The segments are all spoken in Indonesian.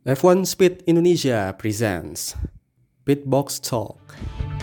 F1 Speed Indonesia presents Pitbox Talk.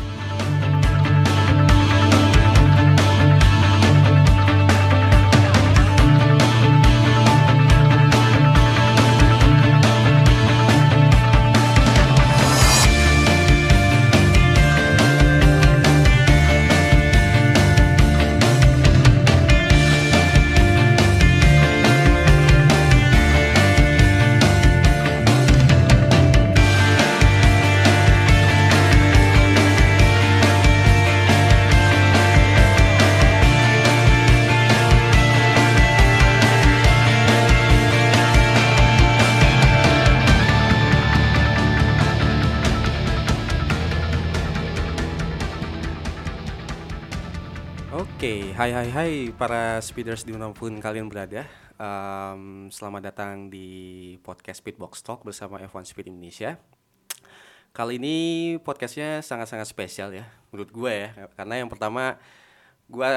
Oke, hai para speeders dimanapun kalian berada. Selamat datang di podcast Pitbox Talk bersama F1 Speed Indonesia. Kali ini podcastnya sangat-sangat spesial ya, menurut gue ya. Karena yang pertama, gue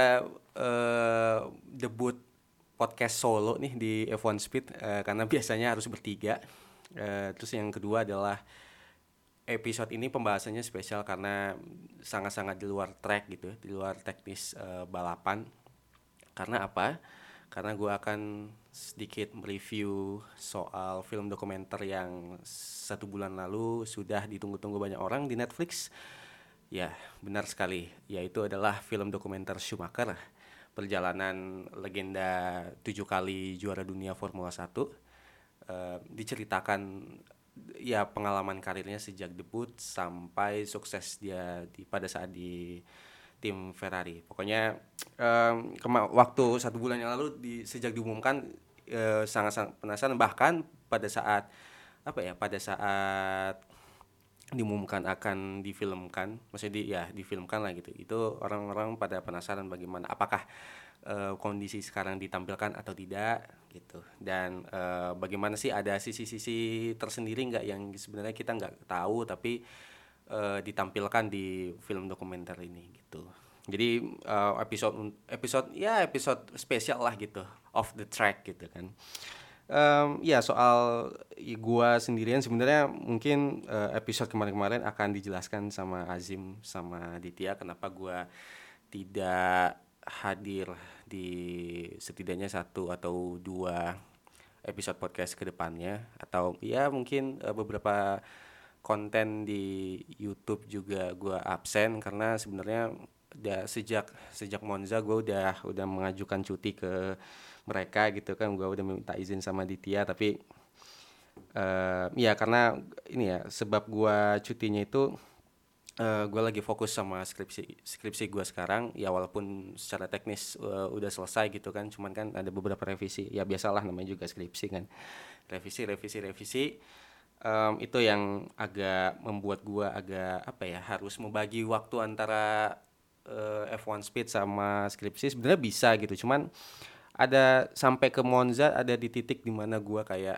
debut podcast solo nih di F1 Speed, karena biasanya harus bertiga. Terus yang kedua adalah episode ini pembahasannya spesial karena sangat-sangat di luar track gitu, di luar teknis balapan. Karena apa? Karena gue akan sedikit mereview soal film dokumenter yang 1 bulan lalu sudah ditunggu-tunggu banyak orang di Netflix. Ya, benar sekali. Yaitu adalah film dokumenter Schumacher, perjalanan legenda 7 kali juara dunia Formula 1. Diceritakan ya pengalaman karirnya sejak debut sampai sukses dia pada saat di tim Ferrari. Pokoknya waktu 1 bulan yang lalu sejak diumumkan, sangat-sangat penasaran. Bahkan pada saat pada saat diumumkan akan difilmkan, maksudnya difilmkan lah gitu. Itu orang-orang pada penasaran bagaimana, apakah kondisi sekarang ditampilkan atau tidak gitu, dan bagaimana sih, ada sisi-sisi tersendiri nggak yang sebenarnya kita nggak tahu tapi ditampilkan di film dokumenter ini gitu. Jadi episode spesial lah gitu, off the track gitu kan. Soal gua sendirian sebenarnya mungkin episode kemarin-kemarin akan dijelaskan sama Azim sama Ditya kenapa gua tidak hadir di setidaknya 1 atau 2 episode podcast ke depannya, atau ya mungkin beberapa konten di YouTube juga gue absen karena sebenarnya sejak Monza gue udah mengajukan cuti ke mereka gitu kan. Gue udah minta izin sama Ditya, tapi karena ini ya sebab gue cutinya itu, gue lagi fokus sama skripsi gue sekarang ya, walaupun secara teknis udah selesai gitu kan, cuman kan ada beberapa revisi ya, biasalah namanya juga skripsi kan, revisi. Itu yang agak membuat gue agak harus membagi waktu antara F1 Speed sama skripsi. Sebenarnya bisa gitu, cuman ada sampai ke Monza ada di titik dimana gue kayak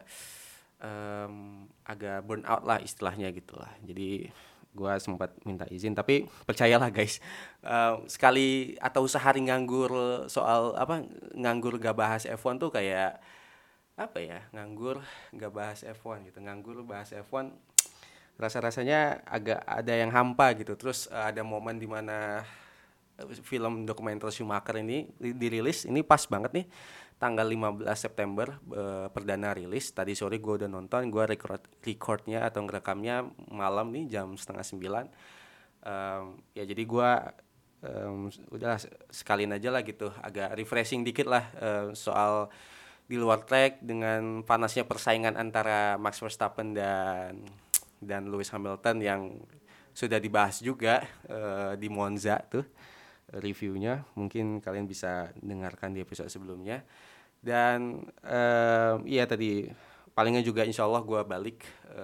agak burn out lah istilahnya gitu lah. Jadi gue sempat minta izin, tapi percayalah guys, sekali atau sehari nganggur nganggur gak bahas F1 tuh kayak nganggur gak bahas F1 gitu, nganggur bahas F1 rasa-rasanya agak ada yang hampa gitu. Terus ada momen dimana film dokumenter Schumacher ini dirilis, ini pas banget nih tanggal 15 September perdana rilis. Tadi sore gue udah nonton, gue recordnya atau ngerekamnya malam nih jam 8:30. Jadi gue udahlah sekalian aja lah gitu, agak refreshing dikit lah soal di luar track dengan panasnya persaingan antara Max Verstappen dan Lewis Hamilton yang sudah dibahas juga di Monza tuh reviewnya. Mungkin kalian bisa dengarkan di episode sebelumnya. Dan tadi palingnya juga insya Allah gue balik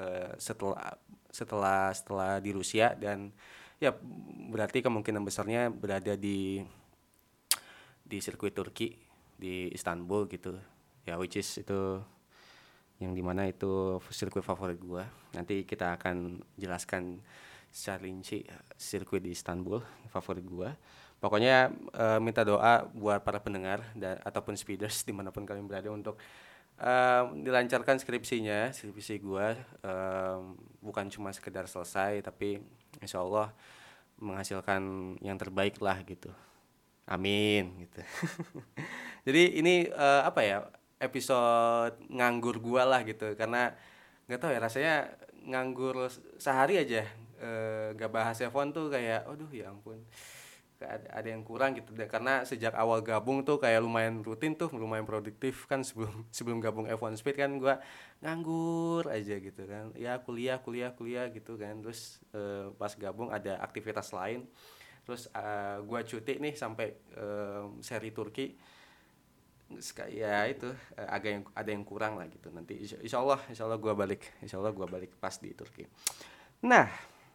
setelah di Rusia, dan ya berarti kemungkinan besarnya berada di sirkuit Turki di Istanbul gitu ya, which is itu yang dimana itu sirkuit favorit gue. Nanti kita akan jelaskan secara rinci sirkuit di Istanbul favorit gue. Pokoknya minta doa buat para pendengar ataupun speeders dimanapun kalian berada untuk Dilancarkan skripsi gua, bukan cuma sekedar selesai tapi insya Allah menghasilkan yang terbaik lah gitu. Amin gitu. Jadi ini apa ya, episode nganggur gua lah gitu, karena nggak tahu ya rasanya nganggur sehari aja gak bahas F1 tuh kayak aduh ya ampun, kayak ada yang kurang gitu. Karena sejak awal gabung tuh kayak lumayan rutin tuh, lumayan produktif kan. Sebelum sebelum gabung F1 Speed kan gua nganggur aja gitu kan, ya kuliah kuliah kuliah gitu kan. Terus pas gabung ada aktivitas lain. Terus gua cuti nih sampai seri Turki. Ya itu agak yang ada yang kurang lah gitu. Nanti insya Allah gua balik pas di Turki. Nah,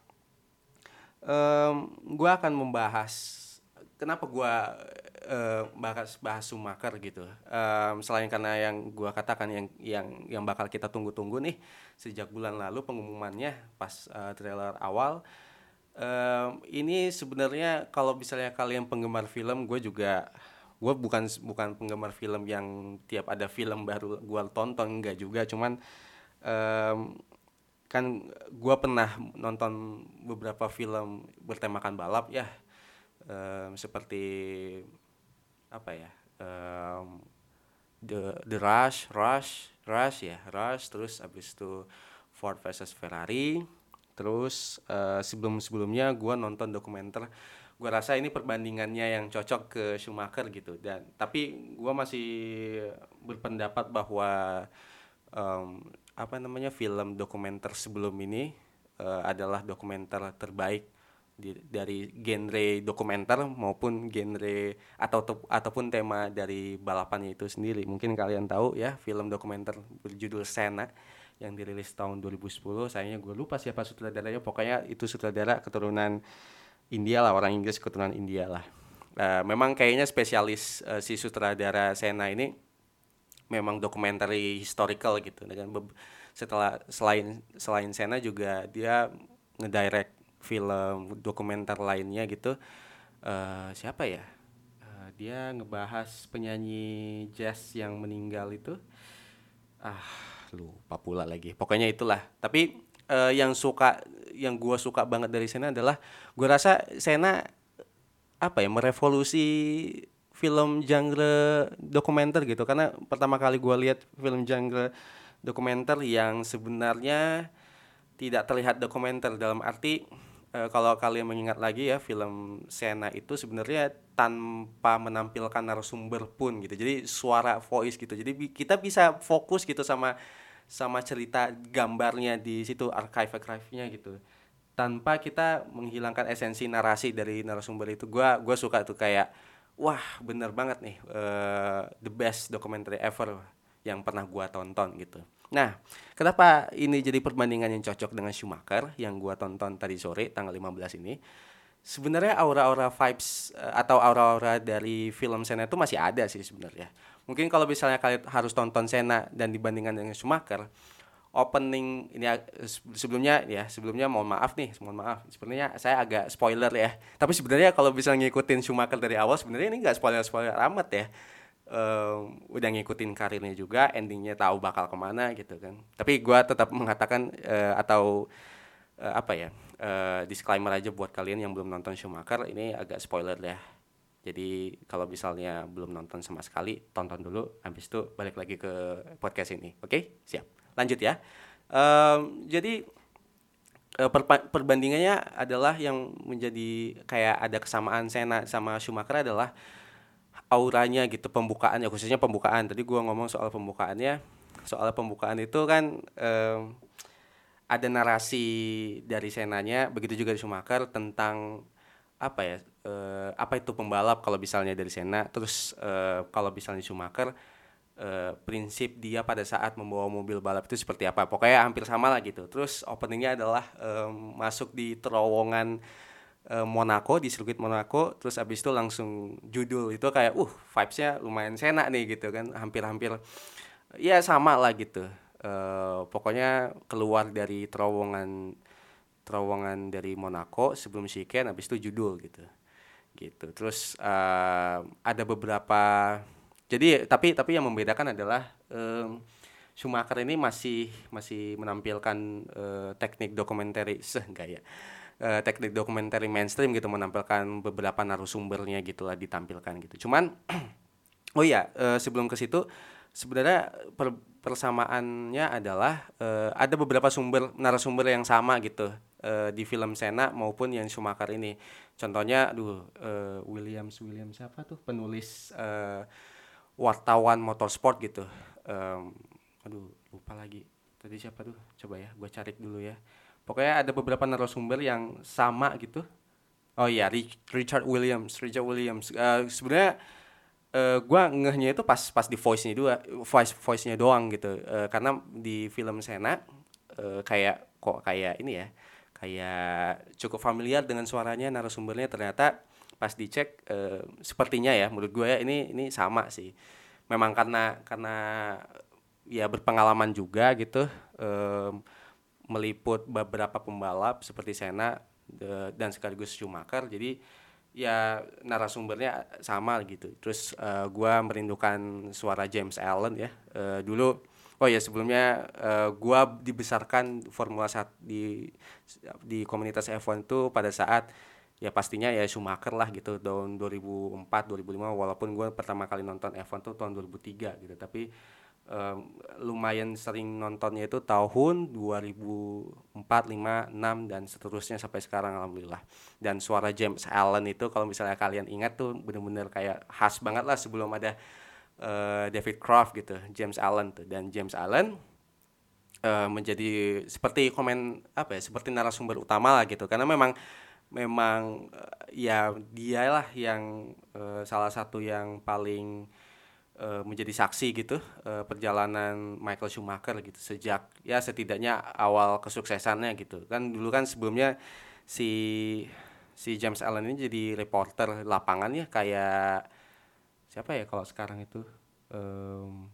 gue akan membahas kenapa gue bahas Schumacher gitu. Selain karena yang gue katakan yang bakal kita tunggu-tunggu nih sejak bulan lalu pengumumannya pas trailer awal. Ini sebenarnya kalau misalnya kalian penggemar film, gue bukan penggemar film yang tiap ada film baru gue tonton, enggak juga. Cuman em, kan gue pernah nonton beberapa film bertemakan balap ya, seperti apa ya, The Rush, terus abis itu Ford versus Ferrari. Terus sebelumnya gue nonton dokumenter. Gue rasa ini perbandingannya yang cocok ke Schumacher gitu. Dan tapi gue masih berpendapat bahwa em, apa namanya, film dokumenter sebelum ini adalah dokumenter terbaik dari genre dokumenter maupun genre ataupun tema dari balapannya itu sendiri. Mungkin kalian tahu ya film dokumenter berjudul Senna yang dirilis tahun 2010. Sayangnya gue lupa siapa sutradaranya. Pokoknya itu sutradara keturunan India lah, orang Inggris keturunan India lah. Memang kayaknya spesialis si sutradara Senna ini memang documentary historical gitu. Dan setelah selain Senna juga dia ngedirect film dokumenter lainnya gitu. Siapa ya? Dia ngebahas penyanyi jazz yang meninggal itu. Ah, lupa pula lagi. Pokoknya itulah. Tapi yang gua suka banget dari Senna adalah gua rasa Senna apa ya, merevolusi film genre dokumenter gitu. Karena pertama kali gue lihat film genre dokumenter yang sebenarnya tidak terlihat dokumenter, dalam arti kalau kalian mengingat lagi ya, film Sena itu sebenarnya tanpa menampilkan narasumber pun gitu, jadi suara voice gitu, jadi kita bisa fokus gitu sama sama cerita gambarnya di situ, archive-nya gitu, tanpa kita menghilangkan esensi narasi dari narasumber itu. Gua suka tuh, kayak wah bener banget nih, the best documentary ever yang pernah gua tonton gitu. Nah, kenapa ini jadi perbandingan yang cocok dengan Schumacher yang gua tonton tadi sore tanggal 15 ini? Sebenarnya aura-aura vibes atau aura-aura dari film Senna itu masih ada sih sebenarnya. Mungkin kalau misalnya kalian harus tonton Senna dan dibandingkan dengan Schumacher, opening ini sebelumnya mohon maaf sebenarnya saya agak spoiler ya, tapi sebenarnya kalau bisa ngikutin Schumacher dari awal sebenarnya ini nggak spoiler amat ya. Udah ngikutin karirnya juga, endingnya tahu bakal kemana gitu kan. Tapi gue tetap mengatakan atau apa ya, disclaimer aja buat kalian yang belum nonton Schumacher, ini agak spoiler ya. Jadi kalau misalnya belum nonton sama sekali, tonton dulu, habis itu balik lagi ke podcast ini. Oke, siap. Lanjut ya. Jadi perbandingannya adalah yang menjadi kayak ada kesamaan Senna sama Schumacher adalah auranya gitu, pembukaannya, khususnya pembukaan. Tadi gua ngomong soal pembukaannya. Soal pembukaan itu kan ada narasi dari Senanya, begitu juga di Schumacher tentang apa ya? Apa itu pembalap kalau misalnya dari Senna, terus kalau misalnya Schumacher prinsip dia pada saat membawa mobil balap itu seperti apa. Pokoknya hampir sama lah gitu. Terus openingnya adalah masuk di terowongan Monaco, di sirkuit Monaco. Terus abis itu langsung judul itu kayak vibesnya lumayan Senna nih gitu kan. Hampir-hampir ya sama lah gitu. Pokoknya keluar dari terowongan terowongan dari Monaco sebelum Shiken, habis itu judul gitu gitu. Terus ada beberapa, jadi tapi yang membedakan adalah Schumacher ini masih masih menampilkan teknik dokumenter enggak ya, teknik dokumenter mainstream gitu, menampilkan beberapa narasumbernya gitulah ditampilkan gitu. Cuman oh iya, sebelum ke situ sebenarnya persamaannya adalah ada beberapa narasumber yang sama gitu di film Senna maupun yang Schumacher ini. Contohnya, Williams siapa tuh penulis wartawan motorsport gitu. Em, Aduh lupa lagi. Tadi siapa tuh? Coba ya, gue cari dulu ya. Pokoknya ada beberapa narasumber yang sama gitu. Oh iya, Richard Williams. Sebenarnya gua ngehnya itu pas pas di voice-nya doang gitu. Karena di film Sena kayak ini ya, kayak cukup familiar dengan suaranya narasumbernya. Ternyata pas dicek sepertinya ya menurut gue ya ini sama sih. Memang karena ya berpengalaman juga gitu, meliput beberapa pembalap seperti Senna dan sekaligus Schumacher. Jadi ya narasumbernya sama gitu. Terus gua merindukan suara James Allen ya. Dulu oh ya sebelumnya gua dibesarkan Formula 1 di komunitas F1 itu pada saat ya pastinya ya Schumacher lah gitu tahun 2004 2005, walaupun gue pertama kali nonton F1 tuh tahun 2003 gitu, tapi lumayan sering nontonnya itu tahun 2004, 5, 6 dan seterusnya sampai sekarang alhamdulillah. Dan suara James Allen itu kalau misalnya kalian ingat tuh bener-bener kayak khas banget lah sebelum ada David Croft gitu, James Allen tuh. Dan James Allen menjadi seperti seperti narasumber utama lah gitu, karena memang memang ya dialah yang salah satu yang paling menjadi saksi gitu perjalanan Michael Schumacher gitu sejak ya setidaknya awal kesuksesannya gitu. Kan dulu kan sebelumnya si si James Allen ini jadi reporter lapangan ya, kayak siapa ya kalau sekarang itu, Em,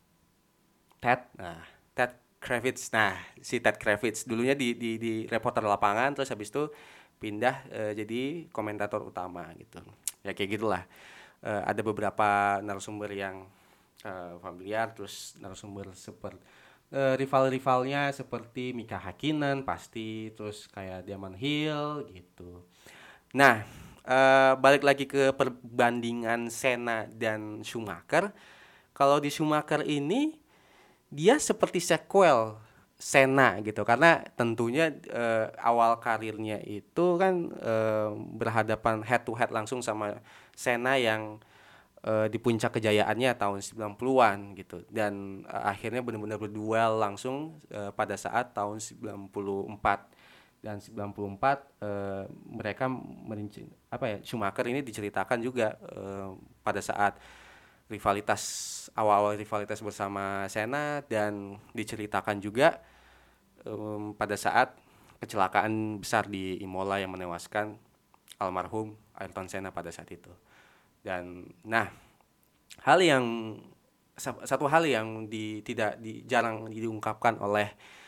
Ted Kravitz. Nah, si Ted Kravitz dulunya di reporter lapangan, terus habis itu pindah jadi komentator utama gitu. Ya kayak gitulah. Ada beberapa narasumber yang familiar, terus narasumber seperti rival-rivalnya seperti Mika Hakkinen pasti, terus kayak Damon Hill gitu. Nah, balik lagi ke perbandingan Senna dan Schumacher. Kalau di Schumacher ini dia seperti sequel Senna gitu, karena tentunya awal karirnya itu kan berhadapan head to head langsung sama Senna yang di puncak kejayaannya tahun 90-an gitu, dan akhirnya benar-benar berduel langsung pada saat tahun 94. Dan 94 mereka merinci Schumacher ini diceritakan juga pada saat awal-awal rivalitas bersama Senna, dan diceritakan juga pada saat kecelakaan besar di Imola yang menewaskan almarhum Ayrton Senna pada saat itu. Dan nah, hal yang satu hal yang tidak jarang diungkapkan oleh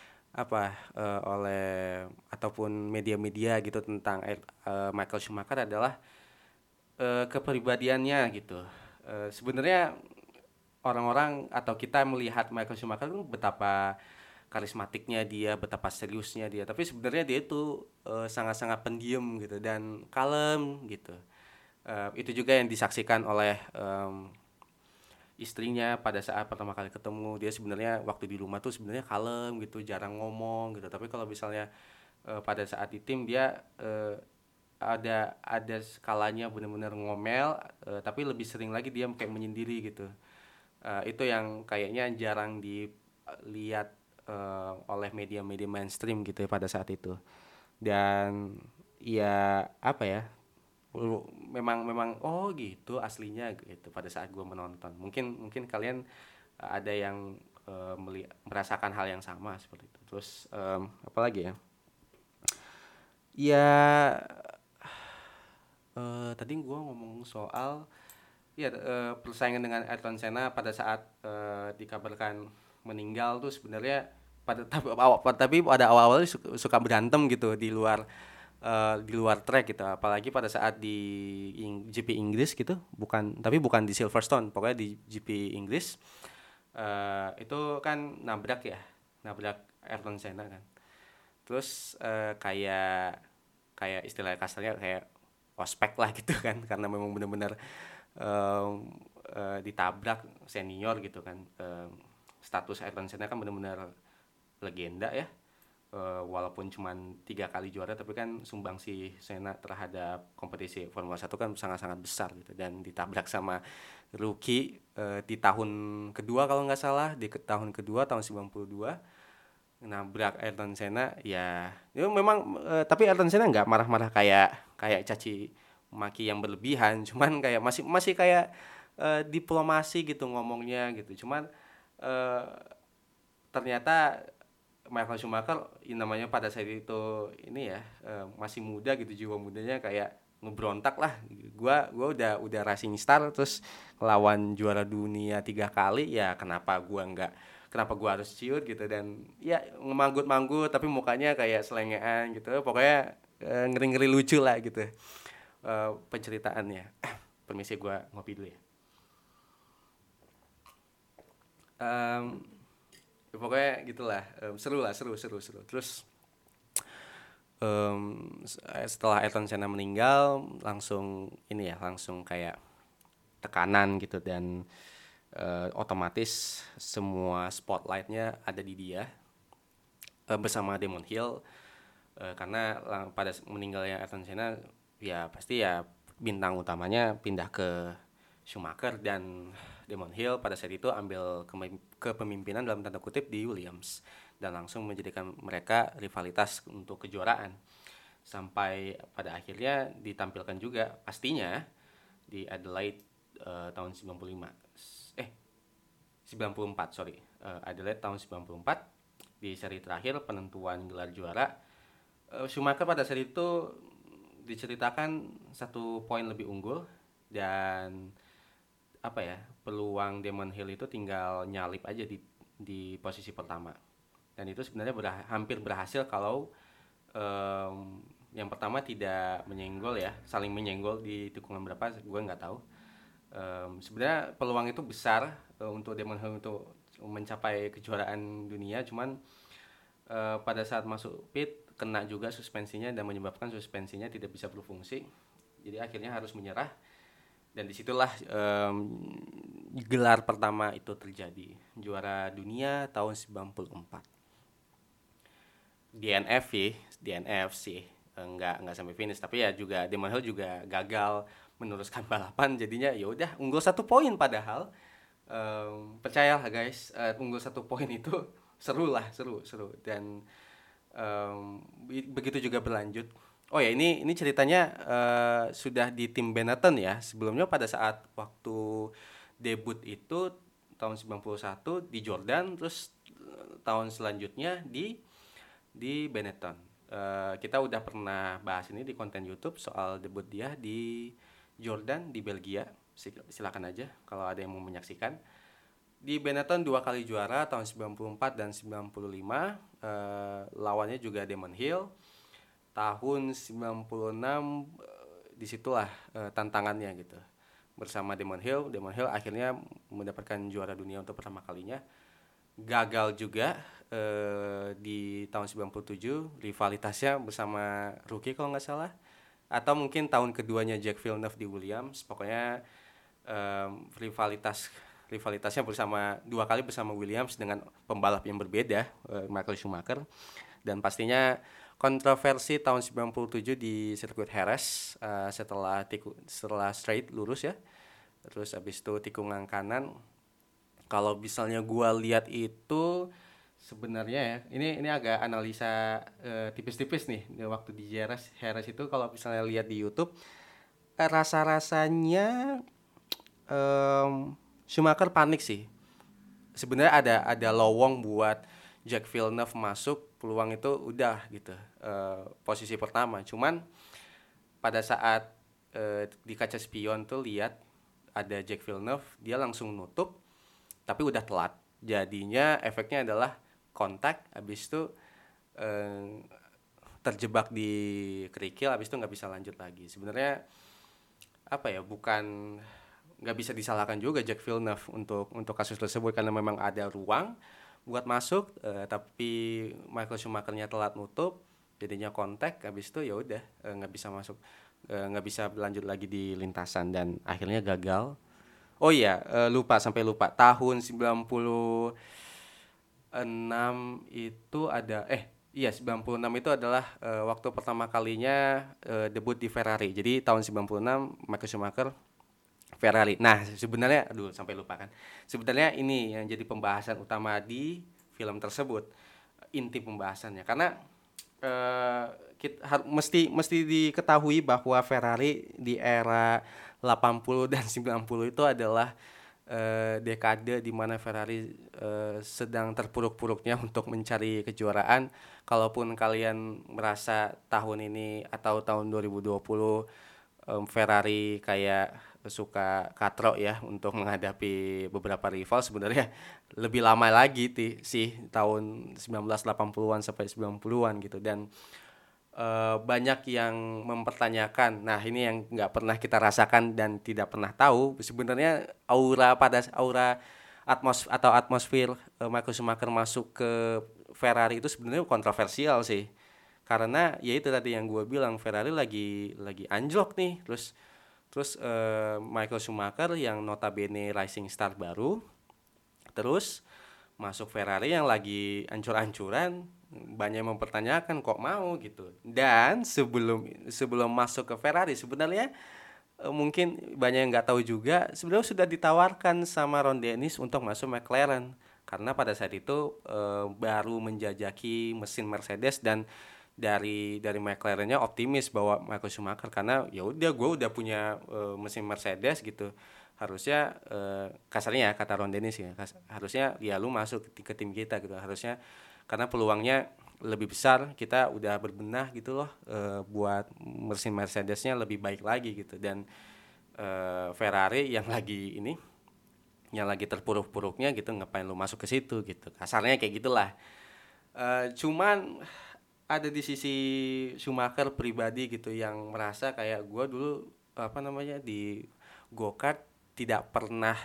oleh ataupun media-media gitu tentang Michael Schumacher adalah kepribadiannya gitu. Sebenarnya orang-orang atau kita melihat Michael Schumacher itu betapa karismatiknya dia, betapa seriusnya dia, tapi sebenarnya dia itu sangat-sangat pendiam gitu dan kalem gitu. Itu juga yang disaksikan oleh istrinya pada saat pertama kali ketemu. Dia sebenarnya waktu di rumah tuh sebenarnya kalem gitu, jarang ngomong gitu, tapi kalau misalnya pada saat di tim dia ada skalanya benar-benar ngomel, tapi lebih sering lagi dia kayak menyendiri gitu. Itu yang kayaknya jarang dilihat oleh media-media mainstream gitu ya pada saat itu. Dan ya memang memang oh gitu aslinya gitu pada saat gue menonton. Mungkin mungkin kalian ada yang merasakan hal yang sama seperti itu. Terus apa lagi ya? Ya tadi gue ngomong soal ya persaingan dengan Ayrton Senna pada saat dikabarkan meninggal tuh sebenarnya tapi pada awal-awalnya suka berantem gitu di luar track gitu, apalagi pada saat di GP Inggris gitu, bukan di Silverstone, pokoknya di GP Inggris Itu kan nabrak Ayrton Senna kan. Terus kayak kayak istilah kasarnya kayak ospek lah gitu kan, karena memang benar-benar ditabrak senior gitu kan. Status Ayrton Senna kan benar-benar legenda ya. Walaupun cuma 3 kali juara, tapi kan sumbangsi Senna terhadap kompetisi Formula 1 kan sangat-sangat besar gitu, dan ditabrak sama rookie di tahun kedua kalau nggak salah, di tahun kedua tahun 92 nabrak Ayrton Senna ya. Itu memang tapi Ayrton Senna nggak marah-marah kayak kayak caci maki yang berlebihan, cuman kayak masih masih kayak diplomasi gitu ngomongnya gitu. Cuman eh, ternyata Michael Schumacher namanya pada saat itu ini ya, masih muda gitu, jiwa mudanya kayak ngebrontak lah. Gua udah racing star, terus lawan juara dunia 3 kali, ya kenapa gua harus ciut gitu. Dan ya ngemanggut-manggut tapi mukanya kayak selengean gitu, pokoknya ngeri-ngeri lucu lah gitu penceritaannya. Permisi, gua ngopi dulu ya. Em, Ya pokoknya gitulah. Seru lah, seru. Terus setelah Ayrton Senna meninggal, langsung ini ya, langsung kayak tekanan gitu, dan otomatis semua spotlightnya ada di dia, bersama Damon Hill. Karena pada meninggalnya Ayrton Senna, ya pasti ya bintang utamanya pindah ke Schumacher, dan Damon Hill pada saat itu ambil kepemimpinan dalam tanda kutip di Williams, dan langsung menjadikan mereka rivalitas untuk kejuaraan, sampai pada akhirnya ditampilkan juga pastinya di Adelaide tahun 95, 94, sorry, Adelaide tahun 94, di seri terakhir penentuan gelar juara. Schumacher pada saat itu diceritakan 1 poin lebih unggul, dan apa ya, peluang Damon Hill itu tinggal nyalip aja di posisi pertama. Dan itu sebenarnya hampir berhasil kalau yang pertama tidak menyenggol ya, saling menyenggol di tikungan berapa gue nggak tahu. Sebenarnya peluang itu besar untuk Damon Hill untuk mencapai kejuaraan dunia, cuman pada saat masuk pit kena juga suspensinya, dan menyebabkan suspensinya tidak bisa berfungsi, jadi akhirnya harus menyerah. Dan disitulah gelar pertama itu terjadi, juara dunia tahun 94. DNF sih, DNF sih, nggak sampai finish, tapi ya juga Damon Hill juga gagal meneruskan balapan, jadinya ya udah unggul 1 poin. Padahal percayalah guys, unggul 1 poin itu seru lah, seru. Dan begitu juga berlanjut. Oh ya, ini ceritanya sudah di tim Benetton ya. Sebelumnya pada saat waktu debut itu tahun 91 di Jordan, terus tahun selanjutnya di Benetton. Kita udah pernah bahas ini di konten YouTube soal debut dia di Jordan di Belgia. Silakan aja kalau ada yang mau menyaksikan. Di Benetton 2 kali juara tahun 94 dan 95. Lawannya juga Damon Hill. Tahun 96 disitulah tantangannya gitu. Bersama Damon Hill akhirnya mendapatkan juara dunia untuk pertama kalinya. Gagal juga di tahun 97, rivalitasnya bersama rookie kalau nggak salah, atau mungkin tahun keduanya Jack Villeneuve di Williams. Pokoknya rivalitasnya bersama 2 kali bersama Williams dengan pembalap yang berbeda, Michael Schumacher. Dan pastinya kontroversi tahun 97 di sirkuit Jerez, setelah straight lurus ya, terus habis itu tikungan kanan. Kalau misalnya gua lihat itu sebenarnya ya, ini agak analisa tipis-tipis nih waktu di Jerez itu. Kalau misalnya lihat di YouTube, rasa-rasanya Schumacher panik sih. Sebenarnya ada lowong buat Jack Villeneuve masuk, peluang itu udah gitu, posisi pertama. Cuman pada saat di kaca spion tuh lihat ada Jack Villeneuve, dia langsung nutup, tapi udah telat. Jadinya efeknya adalah kontak, habis itu eh, terjebak di kerikil, habis itu nggak bisa lanjut lagi. Sebenarnya apa ya, bukan nggak bisa disalahkan juga Jack Villeneuve untuk kasus tersebut karena memang ada ruang buat masuk, tapi Michael Schumacher-nya telat nutup, jadinya kontak, habis itu ya udah nggak bisa masuk, nggak bisa lanjut lagi di lintasan dan akhirnya gagal. Oh iya, lupa tahun 96 itu ada iya 96 itu adalah waktu pertama kalinya debut di Ferrari. Jadi tahun 96 Michael Schumacher Ferrari. Nah, sebenarnya aduh sampai lupa kan. Sebenarnya ini yang jadi pembahasan utama di film tersebut. Inti pembahasannya karena eh, mesti diketahui bahwa Ferrari di era 80 dan 90 itu adalah dekade di mana Ferrari sedang terpuruk-puruknya untuk mencari kejuaraan. Kalaupun kalian merasa tahun ini atau tahun 2020 Ferrari kayak suka katrok ya untuk menghadapi beberapa rival, sebenarnya lebih lama lagi sih tahun 1980-an sampai 90-an gitu. Dan banyak yang mempertanyakan. Nah, ini yang nggak pernah kita rasakan dan tidak pernah tahu. Sebenarnya aura atmosfer Michael Schumacher masuk ke Ferrari itu sebenarnya kontroversial sih. Karena ya itu tadi yang gue bilang, Ferrari lagi anjlok nih. Terus Michael Schumacher yang notabene rising star baru, terus masuk Ferrari yang lagi ancur-ancuran, banyak yang mempertanyakan kok mau gitu. Dan sebelum masuk ke Ferrari sebenarnya mungkin banyak yang nggak tahu juga, sebenarnya sudah ditawarkan sama Ron Dennis untuk masuk McLaren karena pada saat itu baru menjajaki mesin Mercedes. Dan dari McLaren-nya optimis bahwa Michael Schumacher, karena ya udah gue udah punya mesin Mercedes gitu, harusnya kasarnya ya kata Ron Dennis ya, harusnya ya lu masuk ke tim kita gitu, harusnya karena peluangnya lebih besar, kita udah berbenah gitu loh buat mesin Mercedesnya lebih baik lagi gitu. Dan Ferrari yang lagi terpuruk-puruknya gitu, ngapain lu masuk ke situ gitu, kasarnya kayak gitulah. Cuman ada di sisi Schumacher pribadi gitu yang merasa kayak gue dulu apa namanya di go-kart tidak pernah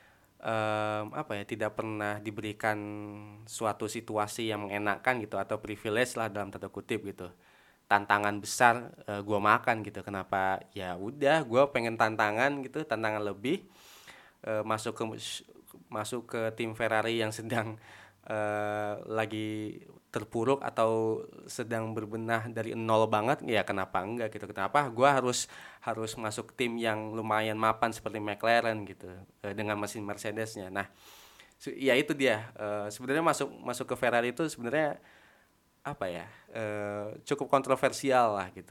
tidak pernah diberikan suatu situasi yang mengenakan gitu, atau privilege lah dalam tanda kutip gitu. Tantangan besar gue makan gitu. Kenapa? Ya udah, gue pengen tantangan gitu, tantangan lebih, eh, masuk ke masuk ke tim Ferrari yang sedang lagi terpuruk atau sedang berbenah dari nol banget, ya kenapa enggak gitu. Kenapa gue harus harus masuk tim yang lumayan mapan seperti McLaren gitu dengan mesin Mercedesnya. Nah, ya itu dia, sebenarnya masuk masuk ke Ferrari itu sebenarnya apa ya, cukup kontroversial lah gitu.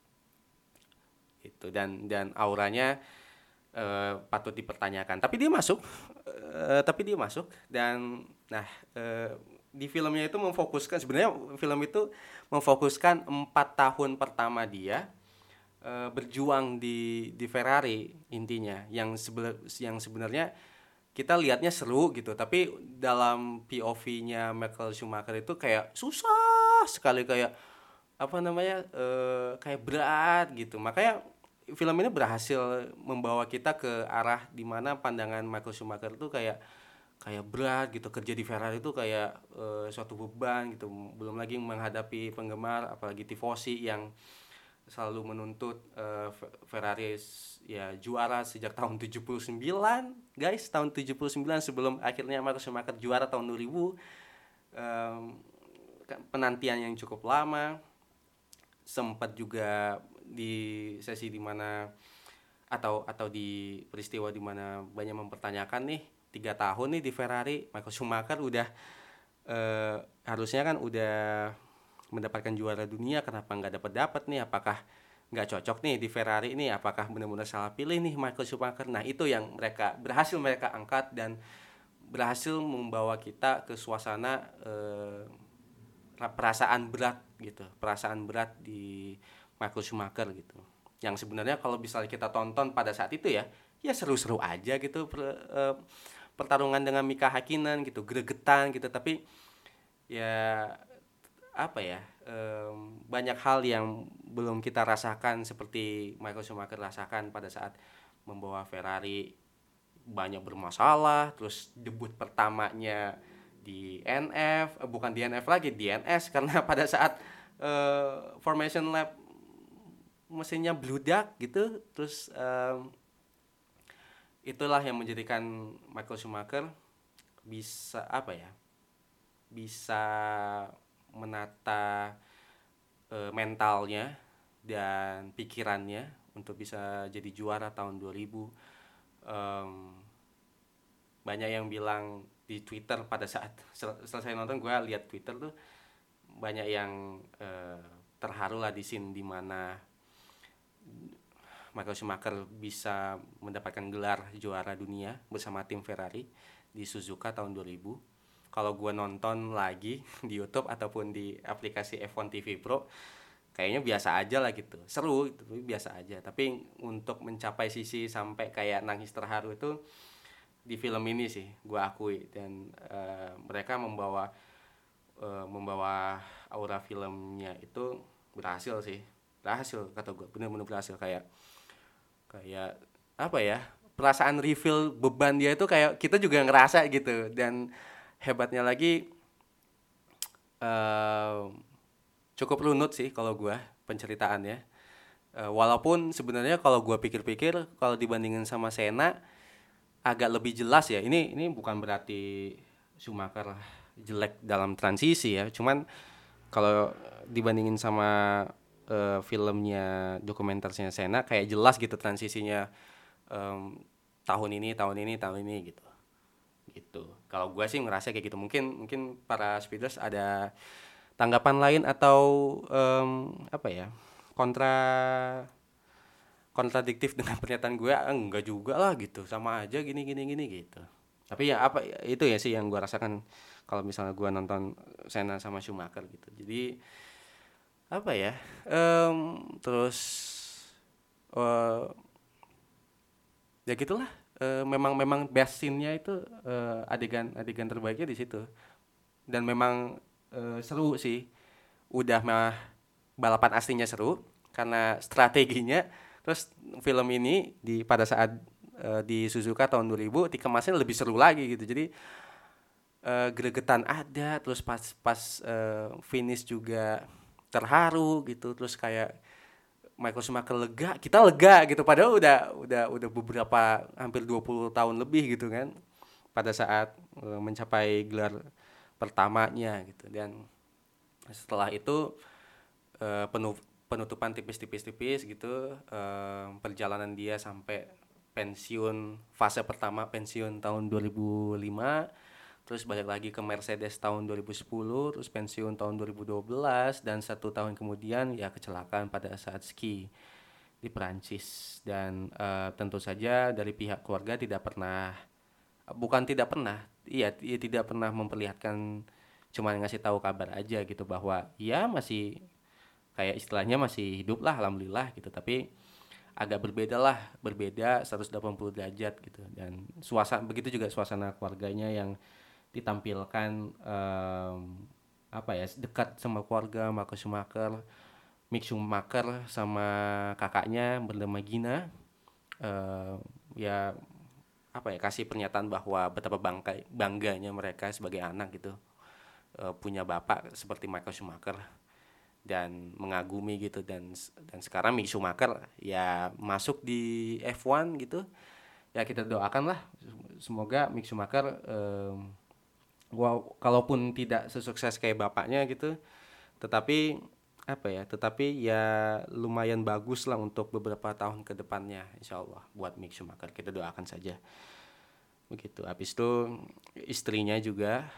Itu dan auranya patut dipertanyakan. Tapi dia masuk dan nah di filmnya itu memfokuskan, sebenarnya film itu memfokuskan 4 tahun pertama dia berjuang di Ferrari intinya, yang sebenarnya kita lihatnya seru gitu, tapi dalam POV-nya Michael Schumacher itu kayak susah sekali, kayak apa namanya kayak berat gitu. Makanya film ini berhasil membawa kita ke arah dimana pandangan Michael Schumacher itu kayak kayak berat gitu, kerja di Ferrari itu kayak suatu beban gitu, belum lagi menghadapi penggemar apalagi tifosi yang selalu menuntut Ferrari ya juara sejak tahun 79 guys, tahun 79 sebelum akhirnya Michael Schumacher juara tahun 2000. Penantian yang cukup lama, sempat juga di sesi dimana atau di peristiwa dimana banyak mempertanyakan nih, 3 tahun nih di Ferrari Michael Schumacher udah harusnya kan udah mendapatkan juara dunia, kenapa nggak dapat nih, apakah nggak cocok nih di Ferrari ini, apakah benar-benar salah pilih nih Michael Schumacher. Nah itu yang berhasil mereka angkat dan berhasil membawa kita ke suasana perasaan berat di Michael Schumacher gitu, yang sebenarnya kalau misalnya kita tonton pada saat itu ya seru-seru aja gitu, pertarungan dengan Mika Hakkinen gitu, gregetan gitu. Tapi ya apa ya, banyak hal yang belum kita rasakan seperti Michael Schumacher rasakan pada saat membawa Ferrari banyak bermasalah, terus debut pertamanya di NF, bukan di NF lagi, di NS karena pada saat Formation Lab mesinnya bludak gitu. Terus itulah yang menjadikan Michael Schumacher bisa apa ya, bisa menata mentalnya dan pikirannya untuk bisa jadi juara tahun 2000. Em, Banyak yang bilang di Twitter pada saat selesai nonton, gue lihat Twitter tuh banyak yang terharu lah di scene dimana Michael Schumacher bisa mendapatkan gelar juara dunia bersama tim Ferrari di Suzuka tahun 2000. Kalau gue nonton lagi di YouTube ataupun di aplikasi F1 TV Pro, kayaknya biasa aja lah gitu, seru itu biasa aja. Tapi untuk mencapai sisi sampai kayak nangis terharu itu di film ini sih gue akui. Dan mereka membawa aura filmnya itu berhasil sih, berhasil kata gue, bener-bener berhasil. Kayak apa ya, perasaan reveal beban dia itu kayak kita juga ngerasa gitu. Dan hebatnya lagi eh, cukup runut sih kalau gue penceritaannya. Walaupun sebenarnya kalau gue pikir-pikir, kalau dibandingin sama Senna agak lebih jelas ya. Ini bukan berarti Schumacher jelek dalam transisi ya. Cuman kalau dibandingin sama filmnya dokumenternya Senna, kayak jelas gitu transisinya, em, tahun ini gitu. Gitu. Kalau gue sih ngerasa kayak gitu. Mungkin mungkin para speeders ada tanggapan lain atau apa ya, kontra kontradiktif dengan pernyataan gue. Enggak juga lah gitu, sama aja gini gini gini gitu. Tapi ya apa itu ya sih yang gue rasakan kalau misalnya gue nonton Senna sama Schumacher gitu. Jadi apa ya, terus eh, ya gitulah. Memang best scene-nya itu adegan terbaiknya di situ. Dan memang seru sih. Udah mah balapan aslinya seru karena strateginya. Terus film ini pada saat di Suzuka tahun 2000 dikemasnya lebih seru lagi gitu. Jadi gregetan ada, terus pas finish juga terharu gitu. Terus kayak Michael Schumacher lega, kita lega gitu. Padahal udah beberapa, hampir 20 tahun lebih gitu kan pada saat mencapai gelar pertamanya gitu. Dan setelah itu penutupan tipis-tipis-tipis gitu, perjalanan dia sampai pensiun, fase pertama pensiun tahun 2005, terus balik lagi ke Mercedes tahun 2010, terus pensiun tahun 2012, dan 1 tahun kemudian ya kecelakaan pada saat ski di Perancis. Dan tentu saja dari pihak keluarga tidak pernah, bukan tidak pernah, iya tidak pernah memperlihatkan, cuma ngasih tahu kabar aja gitu bahwa ya masih, kayak istilahnya masih hidup lah alhamdulillah gitu. Tapi agak berbeda 180 derajat gitu. Dan suasana begitu juga suasana keluarganya yang ditampilkan, apa ya, dekat sama keluarga Michael Schumacher, Mick Schumacher sama kakaknya bernama Gina, eh, ya apa ya, kasih pernyataan bahwa betapa bangganya mereka sebagai anak gitu, punya bapak seperti Michael Schumacher, dan mengagumi gitu. Dan sekarang Mick Schumacher ya masuk di F1 gitu. Ya kita doakan lah semoga Mick Schumacher, kalaupun tidak sesukses kayak bapaknya gitu, tetapi apa ya, tetapi ya lumayan bagus lah untuk beberapa tahun ke depannya insyaallah buat Mick Schumacher. Kita doakan saja begitu. Habis itu istrinya juga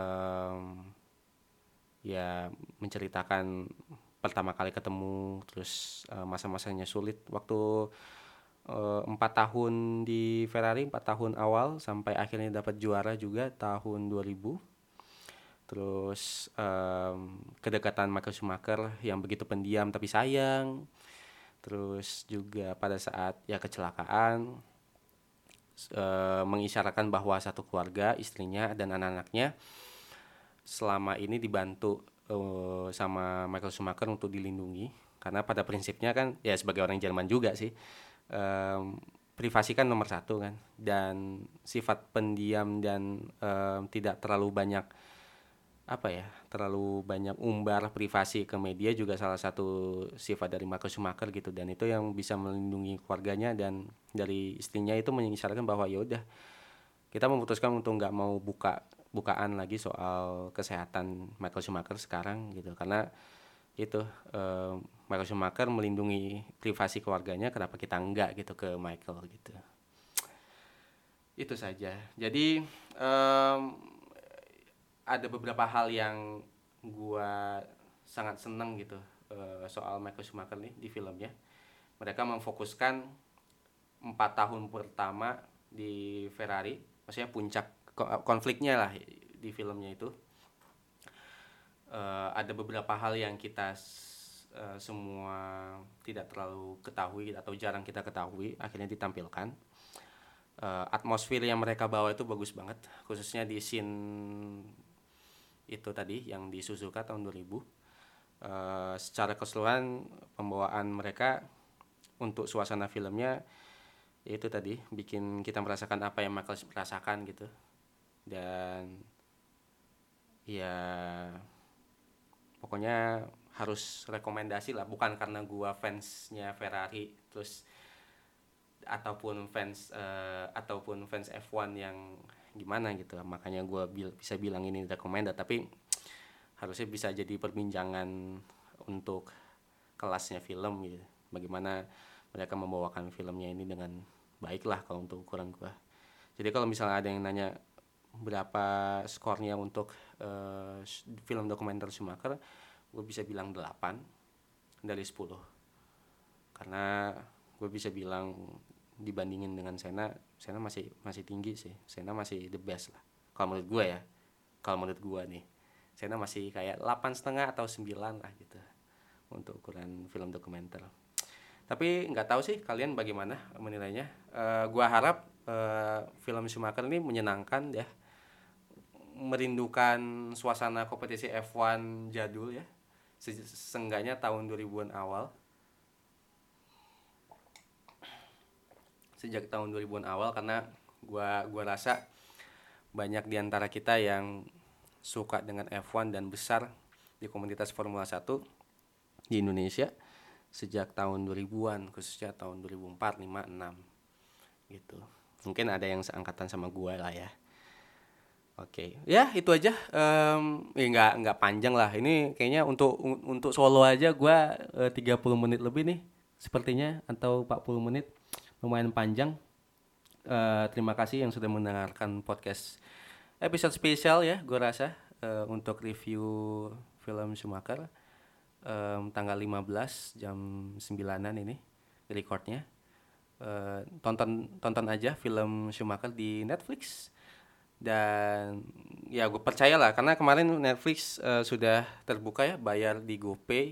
ya menceritakan pertama kali ketemu, terus masa-masanya sulit waktu 4 tahun di Ferrari, 4 tahun awal sampai akhirnya dapat juara juga tahun 2000. Terus kedekatan Michael Schumacher yang begitu pendiam tapi sayang. Terus juga pada saat ya kecelakaan, mengisyaratkan bahwa satu keluarga, istrinya dan anak-anaknya selama ini dibantu sama Michael Schumacher untuk dilindungi. Karena pada prinsipnya kan ya sebagai orang Jerman juga sih, um, privasi kan nomor satu kan, dan sifat pendiam dan tidak terlalu banyak terlalu banyak umbar privasi ke media juga salah satu sifat dari Mark Schumacher gitu, dan itu yang bisa melindungi keluarganya. Dan dari istrinya itu mengisyaratkan bahwa ya udah, kita memutuskan untuk nggak mau bukaan lagi soal kesehatan Michael Schumacher sekarang gitu, karena itu Michael Schumacher melindungi privasi keluarganya, kenapa kita enggak gitu ke Michael gitu. Itu saja. Jadi ada beberapa hal yang gua sangat seneng gitu soal Michael Schumacher nih di filmnya. Mereka memfokuskan 4 tahun pertama di Ferrari, maksudnya puncak konfliknya lah di filmnya itu. Ada beberapa hal yang kita semua tidak terlalu ketahui atau jarang kita ketahui, akhirnya ditampilkan. Atmosfer yang mereka bawa itu bagus banget, khususnya di scene itu tadi yang di Suzuka tahun 2000. Secara keseluruhan pembawaan mereka untuk suasana filmnya itu tadi bikin kita merasakan apa yang Michael rasakan gitu. Dan ya pokoknya harus rekomendasi lah, bukan karena gua fansnya Ferrari terus ataupun fans F1 yang gimana gitu, makanya gua bisa bilang ini recommended, tapi harusnya bisa jadi perbincangan untuk kelasnya film gitu, bagaimana mereka membawakan filmnya ini dengan baik lah kalau untuk ukuran gua. Jadi kalau misalnya ada yang nanya berapa skornya untuk film dokumenter Schumacher, gue bisa bilang 8 dari 10, karena gue bisa bilang dibandingin dengan Senna masih tinggi sih. Senna masih the best lah kalau menurut gue ya. Kalau menurut gue nih, Senna masih kayak 8,5 atau 9 lah gitu untuk ukuran film dokumenter. Tapi nggak tahu sih kalian bagaimana menilainya. Gue harap film Schumacher ini menyenangkan ya, merindukan suasana kompetisi F1 jadul ya, seenggaknya tahun 2000-an awal. Sejak tahun 2000-an awal, karena gua rasa banyak di antara kita yang suka dengan F1 dan besar di komunitas Formula 1 di Indonesia sejak tahun 2000-an, khususnya tahun 2004, 5, 6 gitu. Mungkin ada yang seangkatan sama gua lah ya. Oke, ya itu aja. Nggak panjang lah. Ini kayaknya untuk solo aja gue 30 menit lebih nih sepertinya, atau 40 menit, lumayan panjang. Terima kasih yang sudah mendengarkan podcast episode spesial ya, gue rasa untuk review film Schumacher tanggal 15 jam 9-an ini recordnya. Tonton aja film Schumacher di Netflix. Dan ya gue percaya lah, karena kemarin Netflix sudah terbuka ya, bayar di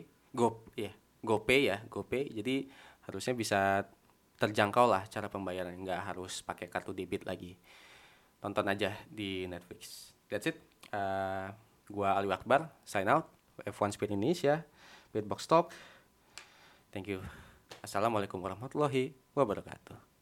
GoPay, jadi harusnya bisa terjangkau lah cara pembayaran, nggak harus pakai kartu debit lagi. Tonton aja di Netflix. That's it. Gua Ali Akbar, sign out. F1 Speed Indonesia, Beatbox Talk. Thank you. Assalamualaikum warahmatullahi wabarakatuh.